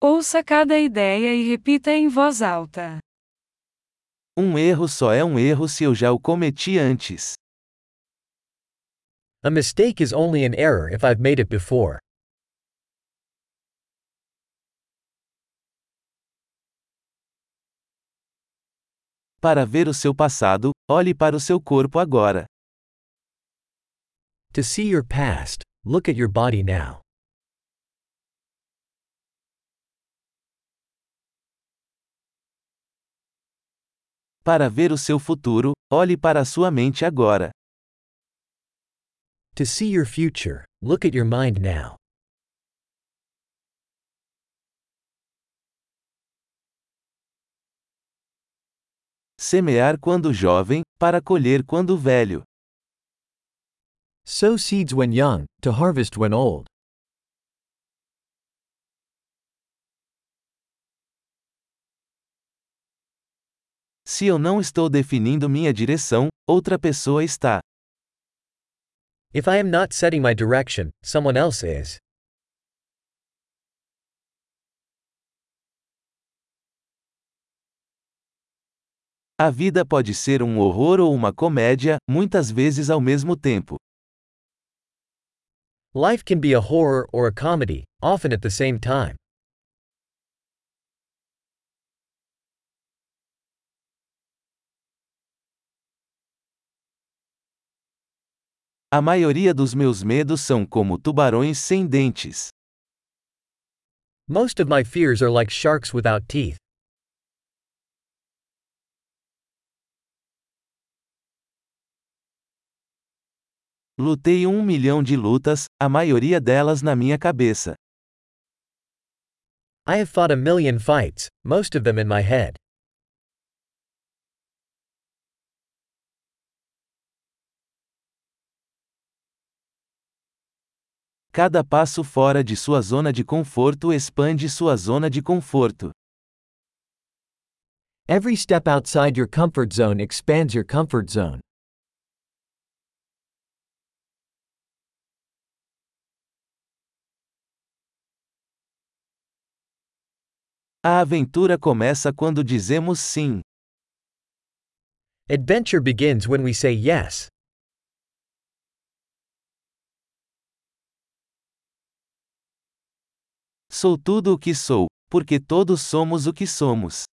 Ouça cada ideia e repita em voz alta. Um erro só é um erro se eu já o cometi antes. A mistake is only an error if I've made it before. Para ver o seu passado, olhe para o seu corpo agora. To see your past, look at your body now. Para ver o seu futuro, olhe para a sua mente agora. To see your future, look at your mind now. Semear quando jovem, para colher quando velho. Sow seeds when young, to harvest when old. Se eu não estou definindo minha direção, outra pessoa está. If I am not setting my direction, someone else is. A vida pode ser um horror ou uma comédia, muitas vezes ao mesmo tempo. Life can be a horror or a comedy, often at the same time. A maioria dos meus medos são como tubarões sem dentes. Most of my fears are like sharks without teeth. Lutei 1 milhão de lutas, a maioria delas na minha cabeça. I have fought a million fights, most of them in my head. Cada passo fora de sua zona de conforto expande sua zona de conforto. Every step outside your comfort zone expands your comfort zone. A aventura começa quando dizemos sim. Adventure begins when we say yes. Sou tudo o que sou, porque todos somos o que somos.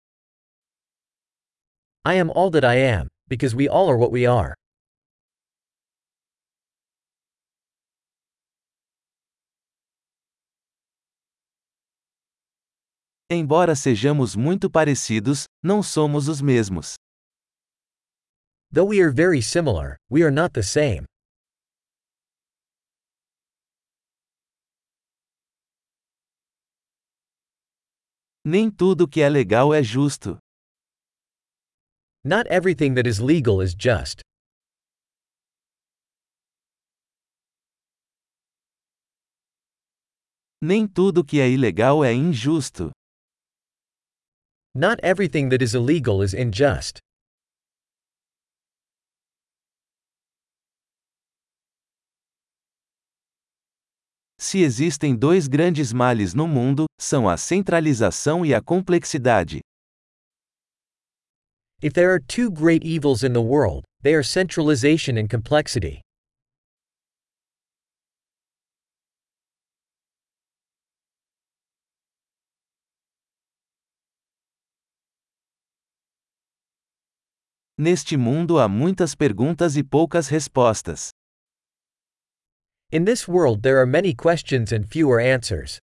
I am all that I am, because we all are what we are. Embora sejamos muito parecidos, não somos os mesmos. Though we are very similar, we are not the same. Nem tudo que é legal é justo. Not everything that is legal is just. Nem tudo que é ilegal é injusto. Not everything that is illegal is unjust. Se existem dois grandes males no mundo, são a centralização e a complexidade. If there are two great evils in the world, they are centralization and complexity. Neste mundo há muitas perguntas e poucas respostas. In this world there are many questions and fewer answers.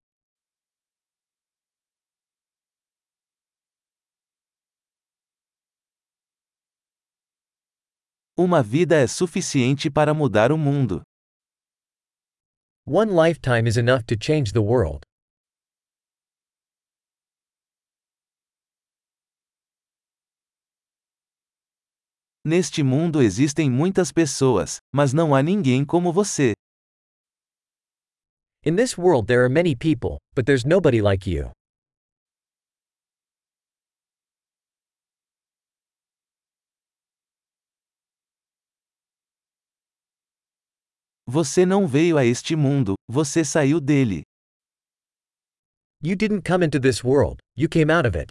Uma vida é suficiente para mudar o mundo. One lifetime is enough to change the world. Neste mundo existem muitas pessoas, mas não há ninguém como você. In this world there are many people, but there's nobody like you. Você não veio a este mundo, você saiu dele. You didn't come into this world, you came out of it.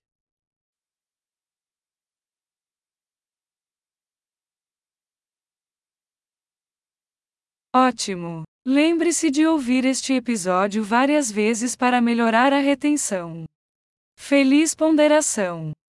Ótimo! Lembre-se de ouvir este episódio várias vezes para melhorar a retenção. Feliz ponderação!